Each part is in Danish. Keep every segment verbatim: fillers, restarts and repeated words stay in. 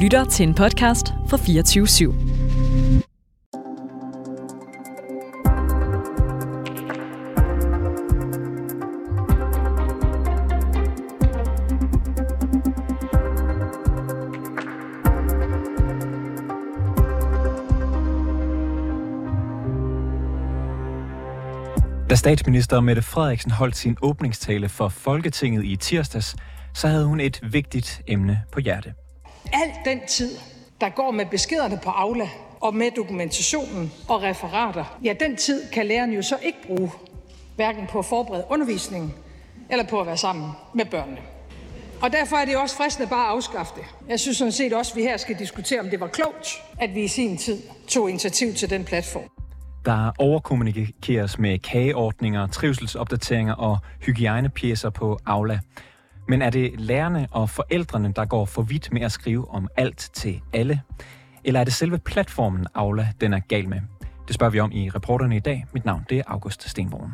lytter til en podcast fra fireogtyve syv. Da statsminister Mette Frederiksen holdt sin åbningstale for Folketinget i tirsdags, så havde hun et vigtigt emne på hjerte. Al den tid, der går med beskederne på Aula og med dokumentationen og referater, ja, den tid kan læreren jo så ikke bruge, hverken på at forberede undervisningen eller på at være sammen med børnene. Og derfor er det også fristende bare at afskaffe det. Jeg synes sådan set også, at vi her skal diskutere, om det var klogt, at vi i sin tid tog initiativ til den platform. Der overkommunikeres med kageordninger, trivselsopdateringer og hygiejnepjecer på Aula. Men er det lærerne og forældrene, der går for vidt med at skrive om alt til alle? Eller er det selve platformen Aula, den er gal med? Det spørger vi om i reporterne i dag. Mit navn det er August Stenvogn.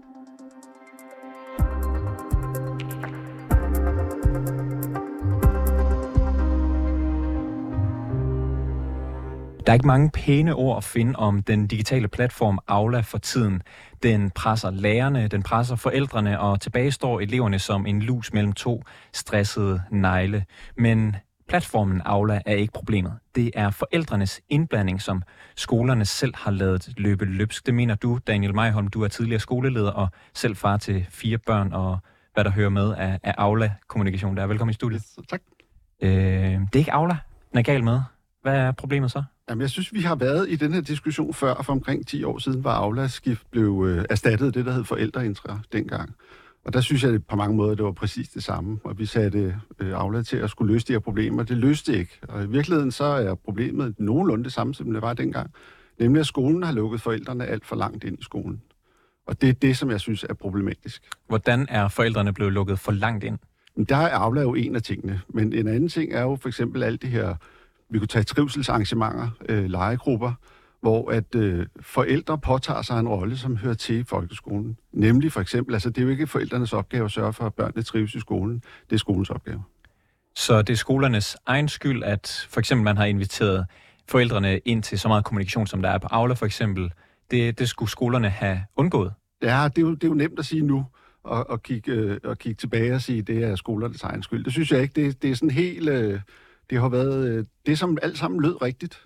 Der er ikke mange pæne ord at finde om den digitale platform Aula for tiden. Den presser lærerne, den presser forældrene, og tilbage står eleverne som en lus mellem to stressede negle. Men platformen Aula er ikke problemet. Det er forældrenes indblanding, som skolerne selv har ladet løbe løbsk. Det mener du, Daniel Mejholm. Du er tidligere skoleleder og selv far til fire børn, og hvad der hører med af, af Aula-kommunikation. Der er velkommen i studiet. Tak. Øh, det er ikke Aula, den er gal med. Hvad er problemet så? Jamen, jeg synes, vi har været i den her diskussion før, for omkring ti år siden, hvor Aula-skift blev øh, erstattet det, der hed forældreintra dengang. Og der synes jeg at på mange måder, det var præcis det samme. Og vi satte øh, Aula til at skulle løse de her problemer. Det løste det ikke. Og i virkeligheden så er problemet nogenlunde det samme, som det var dengang. Nemlig, at skolen har lukket forældrene alt for langt ind i skolen. Og det er det, som jeg synes er problematisk. Hvordan er forældrene blevet lukket for langt ind? Men der er Aula jo en af tingene. Men en anden ting er jo for eksempel alt det her. Vi kunne tage trivselsarrangementer, øh, legegrupper, hvor at øh, forældre påtager sig en rolle, som hører til i folkeskolen. Nemlig for eksempel, altså det er jo ikke forældrenes opgave at sørge for, at børnene trives i skolen. Det er skolens opgave. Så det er skolernes egen skyld, at for eksempel man har inviteret forældrene ind til så meget kommunikation, som der er på Aula for eksempel. Det, det skulle skolerne have undgået? Ja, det er jo, det er jo nemt at sige nu, og, og, kigge, øh, og kigge tilbage og sige, at det er skolernes egen skyld. Det synes jeg ikke. Det, det er sådan helt... Øh, Det har været det, som alt sammen lød rigtigt.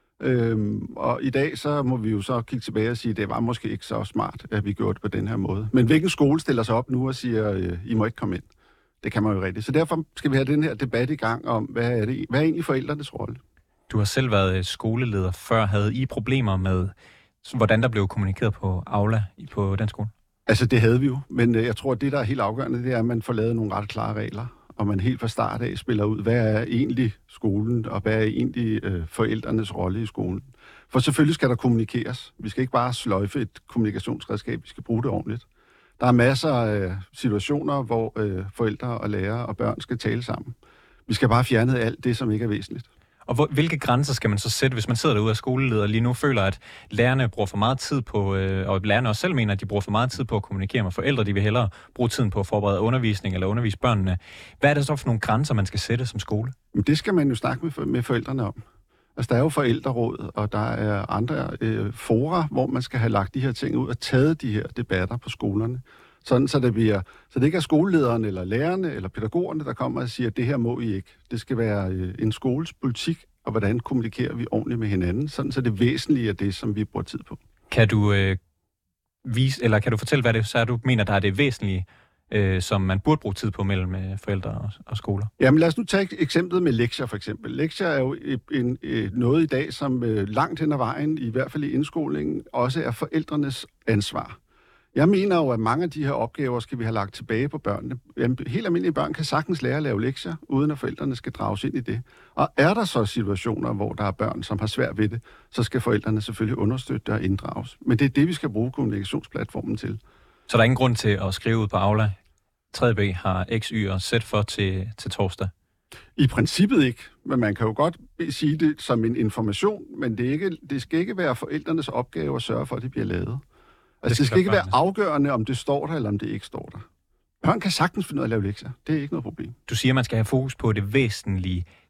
Øhm, og i dag så må vi jo så kigge tilbage og sige, at det var måske ikke så smart, at vi gjorde det på den her måde. Men hvilken skole stiller sig op nu og siger, I må ikke komme ind? Det kan man jo rigtigt. Så derfor skal vi have den her debat i gang om, hvad er, det, hvad er egentlig forældrenes rolle? Du har selv været skoleleder før. Havde I problemer med, hvordan der blev kommunikeret på Aula på den skole? Altså det havde vi jo, men jeg tror, at det, der er helt afgørende, det er, at man får lavet nogle ret klare regler. Og man helt fra start af spiller ud, hvad er egentlig skolen, og hvad er egentlig øh, forældrenes rolle i skolen. For selvfølgelig skal der kommunikeres. Vi skal ikke bare sløjfe et kommunikationsredskab, vi skal bruge det ordentligt. Der er masser af situationer, hvor øh, forældre og lærere og børn skal tale sammen. Vi skal bare fjerne alt det, som ikke er væsentligt. Og hvor, hvilke grænser skal man så sætte, hvis man sidder derude af skoleleder lige nu føler, at lærerne bruger for meget tid på, øh, og lærerne også selv mener, at de bruger for meget tid på at kommunikere med forældre, de vil hellere bruge tiden på at forberede undervisning eller undervise børnene. Hvad er det så for nogle grænser, man skal sætte som skole? Men det skal man jo snakke med, med forældrene om. Altså, der er jo forældreråd, og der er andre øh, fora, hvor man skal have lagt de her ting ud og taget de her debatter på skolerne. Sådan, så det, bliver, så det ikke er skolelederen eller lærerne eller pædagogerne, der kommer og siger, at det her må I ikke. Det skal være øh, en skoles politik, og hvordan kommunikerer vi ordentligt med hinanden, sådan så det væsentlige er det, som vi bruger tid på. Kan du øh, vise, eller kan du fortælle, hvad det så er, du mener, der er det væsentlige, øh, som man burde bruge tid på mellem øh, forældre og, og skoler? Jamen lad os nu tage eksemplet med lektier for eksempel. Lektier er jo en, en, en, noget i dag, som øh, langt hen ad vejen, i hvert fald i indskolingen, også er forældrenes ansvar. Jeg mener jo, at mange af de her opgaver skal vi have lagt tilbage på børnene. Helt almindelige børn kan sagtens lære at lave lektier, uden at forældrene skal drages ind i det. Og er der så situationer, hvor der er børn, som har svært ved det, så skal forældrene selvfølgelig understøtte og inddrages. Men det er det, vi skal bruge kommunikationsplatformen til. Så der er ingen grund til at skrive ud på Aula, tre B har X, Y og Z for til, til torsdag? I princippet ikke, men man kan jo godt sige det som en information, men det, er ikke, det skal ikke være forældrenes opgave at sørge for, at det bliver lavet. Altså, det skal, det skal ikke være afgørende, om det står der, eller om det ikke står der. Børn kan sagtens finde ud af at lave lektier. Det er ikke noget problem. Du siger, at man skal have fokus på det væsentlige.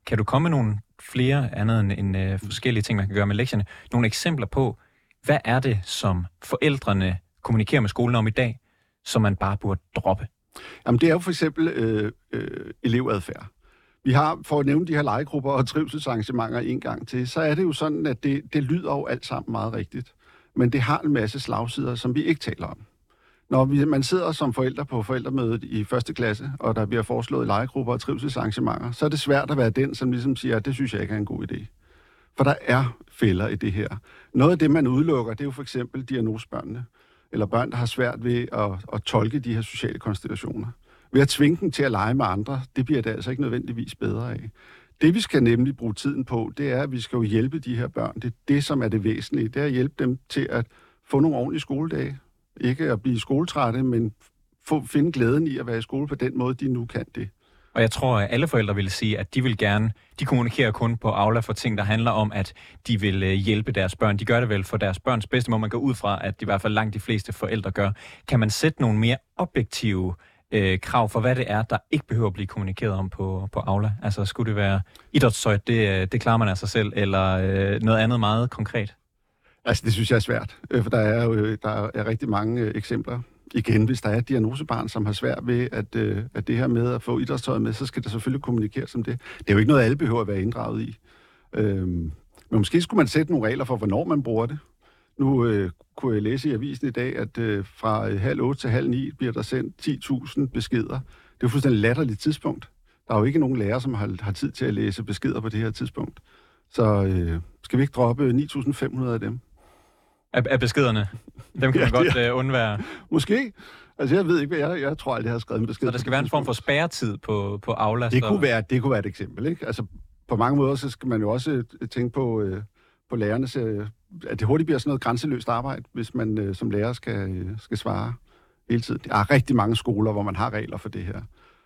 Kan du komme med nogle flere andet end, end øh, forskellige ting, man kan gøre med lektierne? Nogle eksempler på, hvad er det, som forældrene kommunikerer med skolen om i dag, som man bare burde droppe? Jamen, det er jo for eksempel øh, øh, elevadfærd. Vi har, for at nævne de her legegrupper og trivselsarrangementer en gang til, så er det jo sådan, at det, det lyder jo alt sammen meget rigtigt. Men det har en masse slagsider, som vi ikke taler om. Når vi, man sidder som forældre på forældremødet i første klasse, og der bliver foreslået legegrupper og trivselsarrangementer, så er det svært at være den, som ligesom siger, at det synes jeg ikke er en god idé. For der er fælder i det her. Noget af det, man udelukker, det er jo for eksempel diagnosebørnene, eller børn, der har svært ved at, at tolke de her sociale konstellationer. Ved at tvinge dem til at lege med andre, det bliver det altså ikke nødvendigvis bedre af. Det, vi skal nemlig bruge tiden på, det er, at vi skal jo hjælpe de her børn. Det er det, som er det væsentlige. Det er at hjælpe dem til at få nogle ordentlige skoledage. Ikke at blive skoletrætte, men få, finde glæden i at være i skole på den måde, de nu kan det. Og jeg tror, at alle forældre vil sige, at de vil gerne, de kommunikerer kun på Aula for ting, der handler om, at de vil hjælpe deres børn. De gør det vel for deres børns bedste, må man gå ud fra, at i hvert fald langt de fleste forældre gør. Kan man sætte nogle mere objektive øh, krav for, hvad det er, der ikke behøver at blive kommunikeret om på, på Aula? Altså, skulle det være idrætstøj, det, det klarer man af sig selv, eller øh, noget andet meget konkret? Altså, det synes jeg er svært, for der er jo der er rigtig mange øh, eksempler. Igen, hvis der er et diagnosebarn, som har svært ved, at, øh, at det her med at få idrætstøjet med, så skal der selvfølgelig kommunikeres om det. Det er jo ikke noget, alle behøver at være inddraget i. Øhm, men måske skulle man sætte nogle regler for, hvornår man bruger det. Nu øh, kunne jeg læse i avisen i dag, at øh, fra halv otte til halv ni bliver der sendt ti tusind beskeder. Det er jo fuldstændig latterligt tidspunkt. Der er jo ikke nogen lærer, som har, har tid til at læse beskeder på det her tidspunkt. Så øh, skal vi ikke droppe ni tusind fem hundrede af dem? Af, af beskederne. Dem kan man ja, godt uh, undvære. Måske. Altså, jeg ved ikke, hvad jeg, jeg tror aldrig, jeg har skrevet en besked. Så der skal være en form for spærretid på, på Aula? Det kunne, være, det kunne være et eksempel, ikke? Altså, på mange måder, så skal man jo også tænke på, øh, på lærernes, øh, at det hurtigt bliver sådan noget grænseløst arbejde, hvis man øh, som lærer skal, øh, skal svare hele tiden. Der er rigtig mange skoler, hvor man har regler for det her.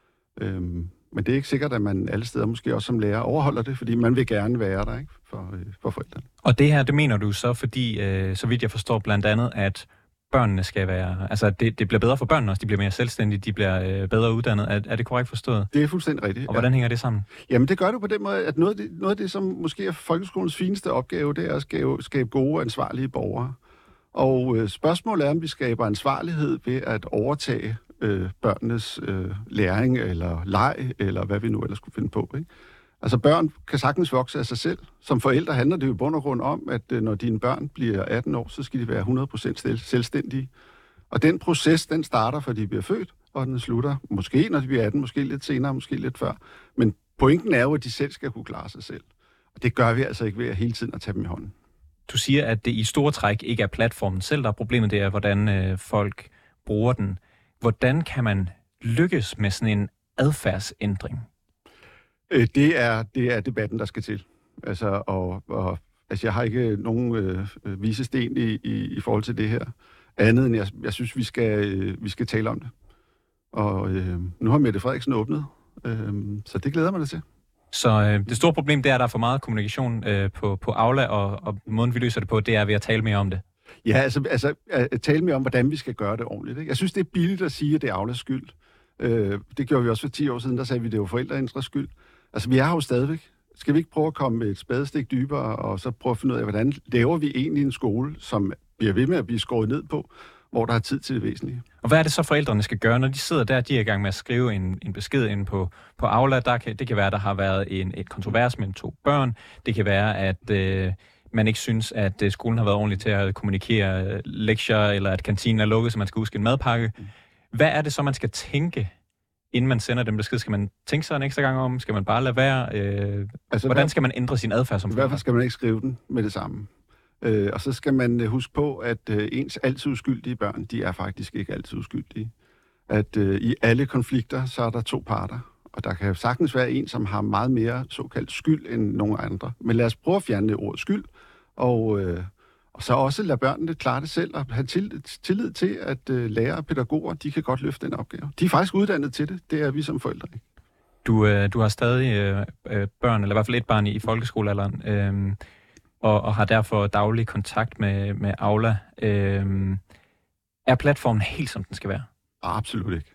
Øhm, men det er ikke sikkert, at man alle steder, måske også som lærer, overholder det, fordi man vil gerne være der, ikke? For, øh, for forældrene. Og det her, det mener du så, fordi, øh, så vidt jeg forstår, blandt andet, at børnene skal være... Altså, det, det bliver bedre for børnene også, de bliver mere selvstændige, de bliver øh, bedre uddannet. Er, er det korrekt forstået? Det er fuldstændig rigtigt. Og hvordan ja. hænger det sammen? Jamen, det gør det på den måde, at noget af det, noget af det som måske er folkeskolens fineste opgave, det er at skabe, skabe gode, ansvarlige borgere. Og øh, spørgsmålet er, om vi skaber ansvarlighed ved at overtage øh, børnenes øh, læring eller leg, eller hvad vi nu ellers skulle finde på, ikke? Altså, børn kan sagtens vokse af sig selv. Som forældre handler det jo i bund og grund om, at øh, når dine børn bliver atten år, så skal de være hundrede procent selvstændige. Og den proces, den starter, fra de bliver født, og den slutter måske, når de bliver atten, måske lidt senere, måske lidt før. Men pointen er jo, at de selv skal kunne klare sig selv. Og det gør vi altså ikke ved at hele tiden at tage dem i hånden. Du siger, at det i store træk ikke er platformen selv, der er problemet, det er, hvordan øh, folk bruger den. Hvordan kan man lykkes med sådan en adfærdsændring? Øh, det, er, det er debatten, der skal til. Altså, og, og, altså jeg har ikke nogen øh, visesten i, i, i forhold til det her. Andet end, jeg, jeg synes, vi skal, øh, vi skal tale om det. Og øh, nu har Mette Frederiksen åbnet, øh, så det glæder mig da til. Så øh, det store problem, det er, at der er for meget kommunikation øh, på, på Aula, og, og måden, vi løser det på, det er ved at tale mere om det. Ja, altså, altså at tale mere om, hvordan vi skal gøre det ordentligt. Ikke? Jeg synes, det er billigt at sige, at det er Aulas skyld. Øh, det gjorde vi også for ti år siden, der sagde vi, at det var forældrenes skyld. Altså, vi er her jo stadigvæk. Skal vi ikke prøve at komme et spadestik dybere, og så prøve at finde ud af, hvordan laver vi egentlig en skole, som bliver ved med at blive skåret ned på, hvor der er tid til det væsentlige. Og hvad er det så, forældrene skal gøre, når de sidder der, de er i gang med at skrive en, en besked ind på, på Aula? Der kan, det kan være, at der har været en, et kontrovers mellem to børn. Det kan være, at øh, man ikke synes, at øh, skolen har været ordentlig til at kommunikere øh, lektier, eller at kantinen er lukket, så man skal huske en madpakke. Hvad er det så, man skal tænke, inden man sender dem besked? Skal man tænke sig en ekstra gang om? Skal man bare lade være? Øh, altså, hvordan skal man ændre sin adfærd som forældre? I hvert fald skal man ikke skrive den med det samme. Øh, og så skal man huske på, at øh, ens altid uskyldige børn, de er faktisk ikke altid uskyldige. At øh, i alle konflikter, så er der to parter. Og der kan sagtens være en, som har meget mere såkaldt skyld end nogen andre. Men lad os prøve at fjerne det ord skyld, og, øh, og så også lade børnene klare det selv, og have tillid, tillid til, at øh, lærere og pædagoger, de kan godt løfte den opgave. De er faktisk uddannet til det. Det er vi som forældre ikke. Du, øh, du har stadig øh, børn, eller i hvert fald et barn i, i folkeskolealderen, øh, Og, og har derfor daglig kontakt med, med Aula. Øhm, er platformen helt, som den skal være? Absolut ikke.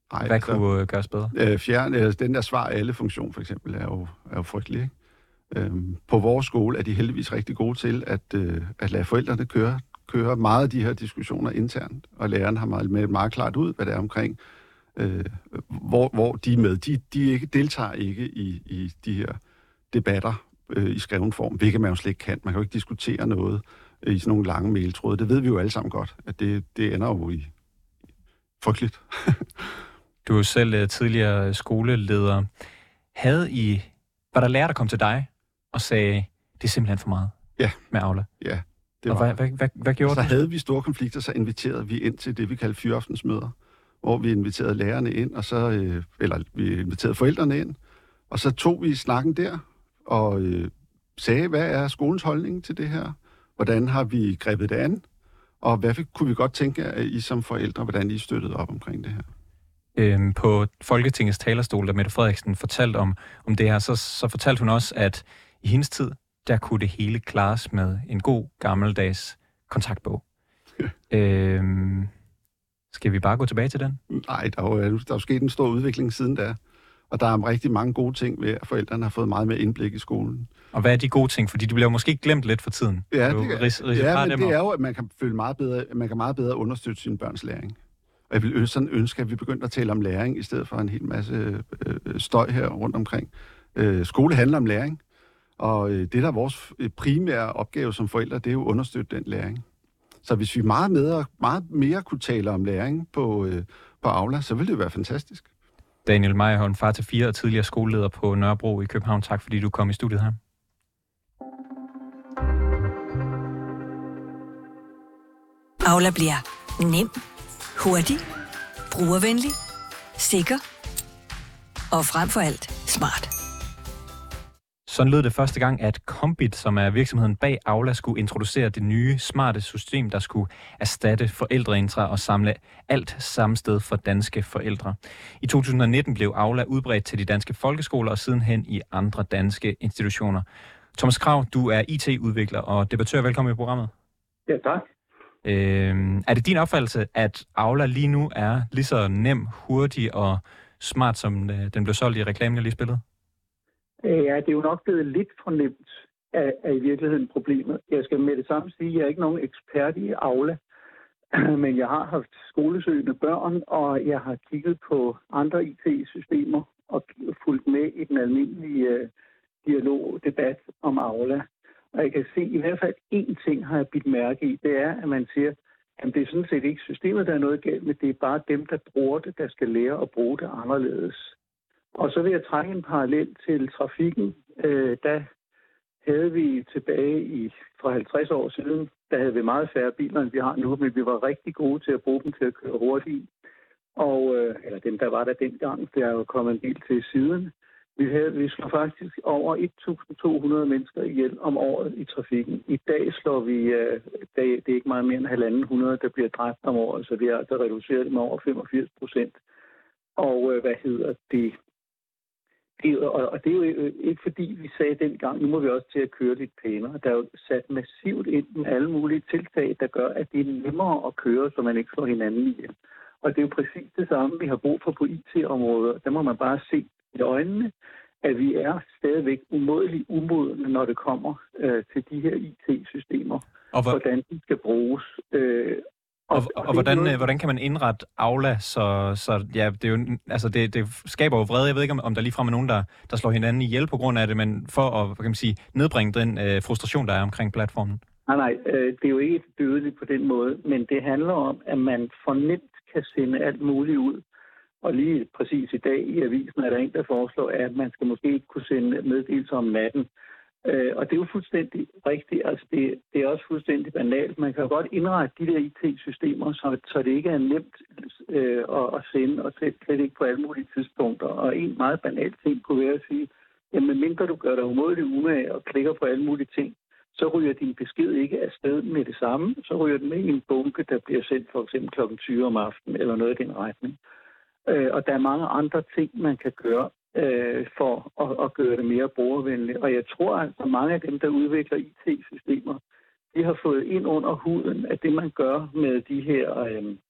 Ej, Hvad kunne så, gøres bedre? Øh, fjern, øh, den der svar alle funktion for eksempel er jo, er jo frygtelig. Ikke? Øhm, på vores skole er de heldigvis rigtig gode til at, øh, at lade forældrene køre, køre meget af de her diskussioner internt, og læreren har meget, med meget klart ud, hvad det er omkring, øh, hvor, hvor de er med. De, de ikke, deltager ikke i, i de her debatter øh, i skreven form, hvilket man jo slet ikke kan. Man kan jo ikke diskutere noget øh, i sådan nogle lange mailtråde. Det ved vi jo alle sammen godt, at det, det ender jo i frygteligt. Du er jo selv uh, tidligere skoleleder. Havde I, var der lærer, der kom til dig og sagde, det er simpelthen for meget ja. med Aula? Ja, det og var. Hvad, hvad, hvad, hvad gjorde så du? Så havde vi store konflikter, så inviterede vi ind til det, vi kaldte fyraftensmøder, hvor vi inviterede lærerne ind, og så, øh, eller vi inviterede forældrene ind, og så tog vi snakken der, og øh, sagde, hvad er skolens holdning til det her? Hvordan har vi grebet det an? Og hvad kunne vi godt tænke, at I som forældre, hvordan I støttede op omkring det her? Øhm, på Folketingets talerstol, da Mette Frederiksen fortalte om, om det her, så, så fortalte hun også, at i hendes tid, der kunne det hele klares med en god gammeldags kontaktbog. øhm, skal vi bare gå tilbage til den? Nej, der er jo, der er jo sket en stor udvikling siden da. Og der er rigtig mange gode ting ved, at forældrene har fået meget mere indblik i skolen. Og hvad er de gode ting? Fordi de bliver måske glemt lidt for tiden. Ja, det, det, ris- ris- ja men det er jo, at man kan føle meget bedre, man kan meget bedre understøtte sine børns læring. Og jeg vil ønske, sådan ønske, at vi begyndte at tale om læring, i stedet for en hel masse øh, støj her rundt omkring. Øh, skole handler om læring, og øh, det, der er vores primære opgave som forældre, det er jo at understøtte den læring. Så hvis vi meget mere, meget mere kunne tale om læring på, øh, på Aula, så ville det være fantastisk. Daniel Meyerholm, far til fire og tidligere skoleleder på Nørrebro i København. Tak fordi du kom i studiet her. Aula bliver nem, hurtig, brugervenlig, sikker og frem for alt smart. Sådan lød det første gang, at Kombit, som er virksomheden bag Aula, skulle introducere det nye, smarte system, der skulle erstatte forældreintra og samle alt samme sted for danske forældre. I to tusind nitten blev Aula udbredt til de danske folkeskoler og sidenhen i andre danske institutioner. Thomas Krag, du er I T-udvikler og debattør. Velkommen i programmet. Ja, tak. Øhm, er det din opfattelse, at Aula lige nu er lige så nem, hurtig og smart, som øh, den blev solgt i reklamen, jeg lige spillede? Ja, det er jo nok blevet lidt for nemt af, af i virkeligheden problemet. Jeg skal med det samme sige, at jeg er ikke nogen ekspert i Aula, men jeg har haft skolesøgende børn, og jeg har kigget på andre I T-systemer og fulgt med i den almindelige uh, dialog, debat om Aula. Og jeg kan se, i hvert fald én ting har jeg bidt mærke i, det er, at man siger, at det er sådan set ikke systemet, der er noget galt med, det er bare dem, der bruger det, der skal lære at bruge det anderledes. Og så vil jeg trække en parallel til trafikken. Øh, der havde vi tilbage i for halvtreds år siden, der havde vi meget færre biler, end vi har nu, men vi var rigtig gode til at bruge dem til at køre hurtigt. Og, øh, eller dem, der var der dengang, der er jo kommet en bil til siden. Vi, havde, vi slår faktisk over et tusind to hundrede mennesker ihjel om året i trafikken. I dag slår vi, øh, det er ikke meget mere end halvanden hundrede, der bliver dræbt om året, så vi har altså reduceret det med over femogfirs procent. Og øh, hvad hedder det? Det, og, og det er jo ikke fordi, vi sagde dengang, nu må vi også til at køre lidt pænere. Der er jo sat massivt ind med alle mulige tiltag, der gør, at det er nemmere at køre, så man ikke slår hinanden ihjel. Og det er jo præcis det samme, vi har brug for på I T-området. Der må man bare se i øjnene, at vi er stadigvæk umådeligt umodne, når det kommer øh, til de her I T-systemer. Og hvor... hvordan de skal bruges. Øh, Og, og, og, og hvordan, noget... hvordan kan man indrette Aula, så, så ja, det, er jo, altså det, det skaber jo vrede. Jeg ved ikke, om, om der ligefrem er nogen, der, der slår hinanden ihjel på grund af det, men for at hvad kan man sige, nedbringe den øh, frustration, der er omkring platformen. Nej, nej, øh, det er jo ikke dødeligt på den måde, men det handler om, at man for nemt kan sende alt muligt ud. Og lige præcis i dag i avisen er der en, der foreslår, at man skal måske ikke kunne sende meddelelser om natten. Uh, og det er jo fuldstændig rigtigt. Altså det, det er også fuldstændig banalt. Man kan jo godt indrette de der I T-systemer, så, så det ikke er nemt uh, at, at sende, og slet ikke på alle mulige tidspunkter. Og en meget banal ting kunne være at sige, jamen mindre du gør dig umådeligt umage og klikker på alle mulige ting, så ryger din besked ikke afsted med det samme. Så ryger den med i en bunke, der bliver sendt for eksempel klokken tyve om aftenen, eller noget i den retning. Uh, og der er mange andre ting, man kan gøre for at, at gøre det mere brugervenligt. Og jeg tror, at mange af dem, der udvikler I T-systemer, de har fået ind under huden, at det, man gør med de her, øh,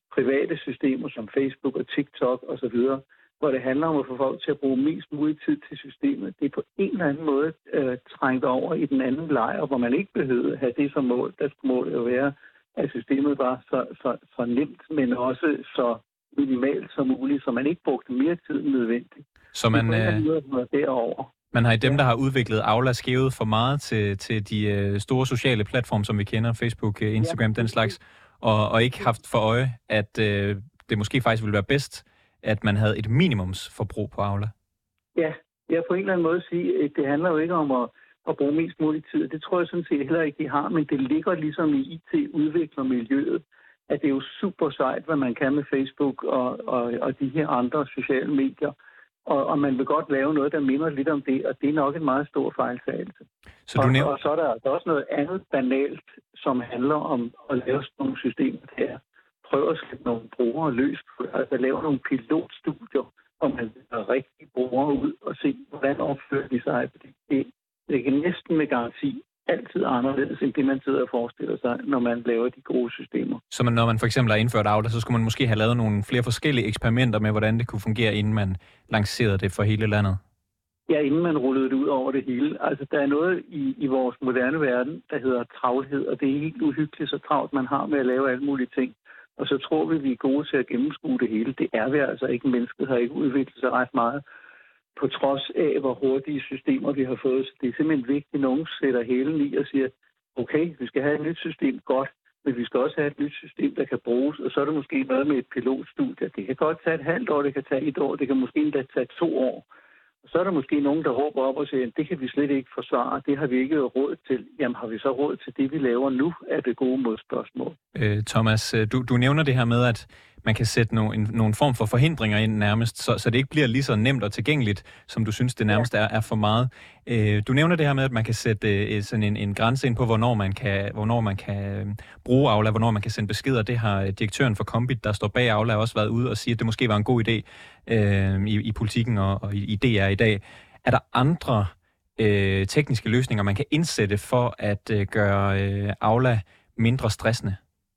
private systemer som Facebook og TikTok osv., hvor det handler om at få folk til at bruge mest mulig tid til systemet. Det er på en eller anden måde øh, trængt over i den anden lejr, hvor man ikke behøvede at have det som mål. Der skulle målet jo være, at systemet var så, så, så nemt, men også så minimalt som muligt, så man ikke brugte mere tid end nødvendigt. Så man, øh, derover. man har i dem, der har udviklet Aula, skævet for meget til, til de øh, store sociale platforme, som vi kender, Facebook, Instagram, ja. Den slags, og, og ikke haft for øje, at øh, det måske faktisk ville være bedst, at man havde et minimumsforbrug på Aula. Ja, jeg på en eller anden måde sige, at det handler jo ikke om at, at bruge mest mulig tid. Det tror jeg sådan set heller ikke, de har, men det ligger ligesom i I T-udviklermiljøet, at det er jo super sejt, hvad man kan med Facebook og, og, og de her andre sociale medier. Og, og man vil godt lave noget, der minder lidt om det, og det er nok en meget stor fejltagelse. Så du næv- og, og så er der, der er også noget andet banalt, som handler om at lave sådan nogle systemer her. Prøv at slippe nogle brugere løs, altså lave nogle pilotstudier, hvor man har rigtige brugere ud og se, hvordan opfører de sig. Det, det kan næsten med garanti altid anderledes, end det man sidder og forestiller sig, når man laver de gode systemer. Så man, når man for eksempel har indført Aula, så skulle man måske have lavet nogle flere forskellige eksperimenter med, hvordan det kunne fungere, inden man lancerede det for hele landet? Ja, inden man rullede det ud over det hele. Altså, der er noget i, i vores moderne verden, der hedder travlhed, og det er helt uhyggeligt så travlt, man har med at lave alle mulige ting. Og så tror vi, vi er gode til at gennemskue det hele. Det er vi altså ikke. Mennesket har ikke udviklet sig ret meget, på trods af, hvor hurtige systemer vi har fået. Så det er simpelthen vigtigt, at nogen sætter hælen i og siger, okay, vi skal have et nyt system, godt, men vi skal også have et nyt system, der kan bruges, og så er det måske noget med et pilotstudie. Det kan godt tage et halvt år, det kan tage et år, det kan måske endda tage to år. Og så er der måske nogen, der råber op og siger, at det kan vi slet ikke forsvare, det har vi ikke råd til. Jamen har vi så råd til det, vi laver nu, er det gode modspørgsmål. Øh, Thomas, du, du nævner det her med, at man kan sætte nogle, en, nogle form for forhindringer ind nærmest, så, så det ikke bliver lige så nemt og tilgængeligt, som du synes, det nærmest er, er for meget. Øh, du nævner det her med, at man kan sætte øh, sådan en, en grænse ind på, hvornår man kan, hvornår man kan øh, bruge Aula, hvornår man kan sende beskeder. Det har direktøren for Kombit, der står bag Aula, også været ude og sige, at det måske var en god idé øh, i, i politikken og, og i, i D R i dag. Er der andre øh, tekniske løsninger, man kan indsætte for at øh, gøre øh, Aula mindre stressende?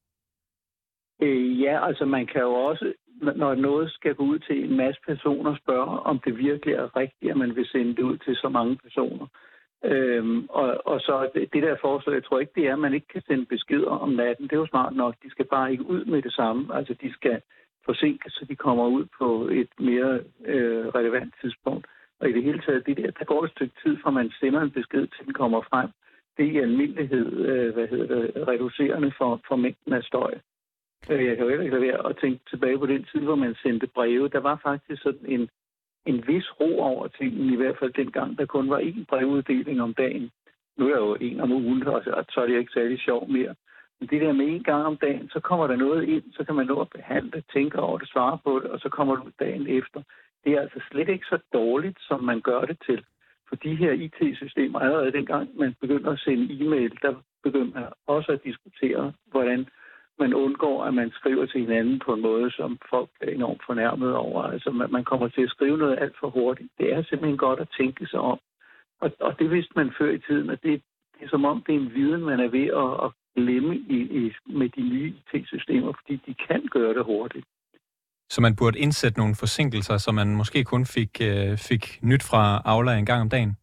Øh, ja, altså man kan jo også, når noget skal gå ud til en masse personer, spørge, om det virkelig er rigtigt, at man vil sende det ud til så mange personer. Øhm, og, og så det, det der forslag, jeg tror ikke, det er, at man ikke kan sende beskeder om natten. Det er jo smart nok. De skal bare ikke ud med det samme. Altså de skal forsinkes, så de kommer ud på et mere øh, relevant tidspunkt. Og i det hele taget, det der, der går et stykke tid, fra man sender en besked, til den kommer frem. Det er i almindelighed, øh, hvad hedder det, reducerende for, for mængden af støj. Jeg kan jo heller ikke lade være at tænke tilbage på den tid, hvor man sendte breve. Der var faktisk sådan en, en vis ro over tingene, i hvert fald dengang, der kun var én brevuddeling om dagen. Nu er der jo en om ugen, og så er det ikke særlig sjov mere. Men det der med en gang om dagen, så kommer der noget ind, så kan man nå at behandle, tænke over det, svare på det, og så kommer det ud dagen efter. Det er altså slet ikke så dårligt, som man gør det til. For de her I T-systemer, allerede dengang man begynder at sende e-mail, der begynder man også at diskutere, hvordan man undgår, at man skriver til hinanden på en måde, som folk er enormt fornærmet over. Altså, man kommer til at skrive noget alt for hurtigt. Det er simpelthen godt at tænke sig om. Og, og det vidste man før i tiden, og det, det er som om, det er en viden, man er ved at, at glemme i, i, med de nye I T-systemer, fordi de kan gøre det hurtigt. Så man burde indsætte nogle forsinkelser, så man måske kun fik, øh, fik nyt fra Aula en gang om dagen?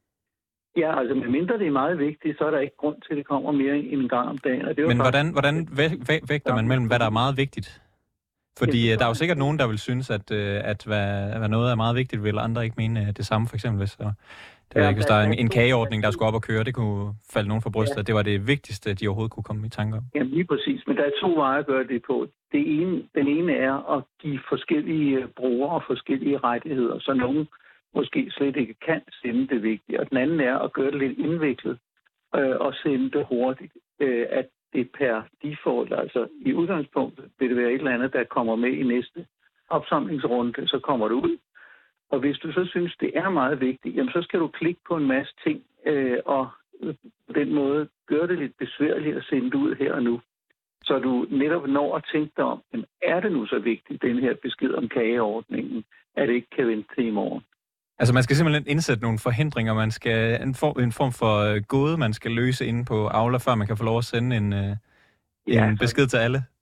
Ja, altså medmindre det er meget vigtigt, så er der ikke grund til, at det kommer mere end en gang om dagen. Og det Men hvordan, hvordan vægter man mellem, hvad der er meget vigtigt? Fordi der er jo sikkert nogen, der vil synes, at, at hvad, hvad noget er meget vigtigt, vil andre ikke mene det samme, for eksempel hvis, så, det ja, ikke, hvis der er en, en kageordning, der skulle op og køre, det kunne falde nogen for brystet, ja. Det var det vigtigste, de overhovedet kunne komme i tanke om. Jamen lige præcis, men der er to veje at gøre det på. Det ene, den ene er at give forskellige brugere og forskellige rettigheder, så nogen måske slet ikke kan sende det vigtigt. Og den anden er at gøre det lidt indviklet øh, og sende det hurtigt. Øh, at det per default, altså i udgangspunktet, vil det være et eller andet, der kommer med i næste opsamlingsrunde, så kommer det ud. Og hvis du så synes, det er meget vigtigt, jamen så skal du klikke på en masse ting, øh, og på den måde gøre det lidt besværligt at sende det ud her og nu. Så du netop når at tænke dig om, jamen, er det nu så vigtigt, den her besked om kageordningen, at det ikke kan vente til i morgen? Altså man skal simpelthen indsætte nogle forhindringer, man skal en form, en form for gåde, man skal løse inde på Aula, før man kan få lov at sende en, en ja, besked til alle.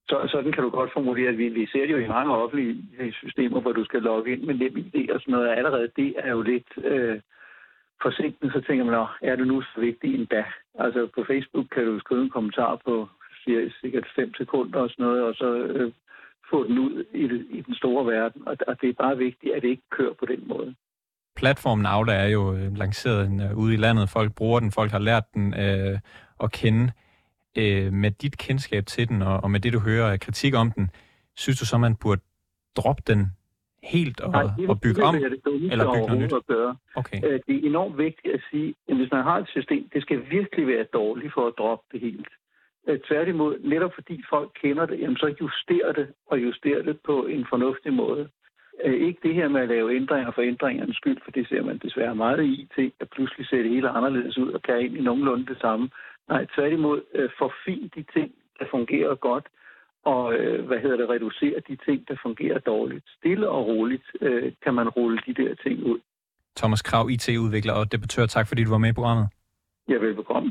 Så, sådan kan du godt formulere, at vi, vi ser det jo i mange offentlige systemer, hvor du skal logge ind med NemID og sådan noget. Allerede det er jo lidt øh, forsinkende, så tænker man, er det nu så vigtigt endda? Altså på Facebook kan du skrive en kommentar på siger, sikkert fem sekunder og sådan noget, og så øh, få den ud i, det, i den store verden. Og, og det er bare vigtigt, at det ikke kører på den måde. Platformen Aula er jo øh, lanceret en, øh, ude i landet. Folk bruger den, folk har lært den øh, at kende. Øh, med dit kendskab til den, og, og med det, du hører af kritik om den, synes du så, man burde droppe den helt og, Nej, det, og bygge det, om, det, det, det, eller bygge noget nyt? At gøre. Okay. Det er enormt vigtigt at sige, at hvis man har et system, det skal virkelig være dårligt for at droppe det helt. Tværtimod, netop fordi folk kender det, jamen så justerer det, og justerer det på en fornuftig måde. Ikke det her med at lave ændringer for ændringernes skyld, for det ser man desværre meget i til, at pludselig ser det hele anderledes ud og kan ind i nogenlunde det samme. Nej, tværtimod øh, forfin de ting, der fungerer godt, og øh, hvad hedder det, reducere de ting, der fungerer dårligt. Stille og roligt øh, kan man rulle de der ting ud. Thomas Krag, I T-udvikler og debattør, tak fordi du var med i programmet. Ja, velbekomme.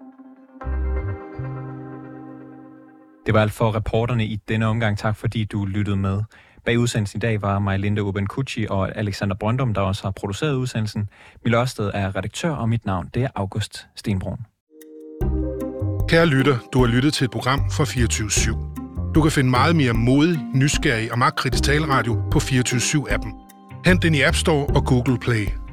Det var alt for reporterne i denne omgang. Tak fordi du lyttede med. Bag udsendelsen i dag var Majlinda Obenkucci og Alexander Brøndum, der også har produceret udsendelsen. Mille Ørsted er redaktør, og mit navn det er August Stenbrun. Kære lytter, du har lyttet til et program fra fireogtyve syv. Du kan finde meget mere modig, nysgerrig og magtkritisk taleradio på fireogtyve syv appen. Hent den i App Store og Google Play.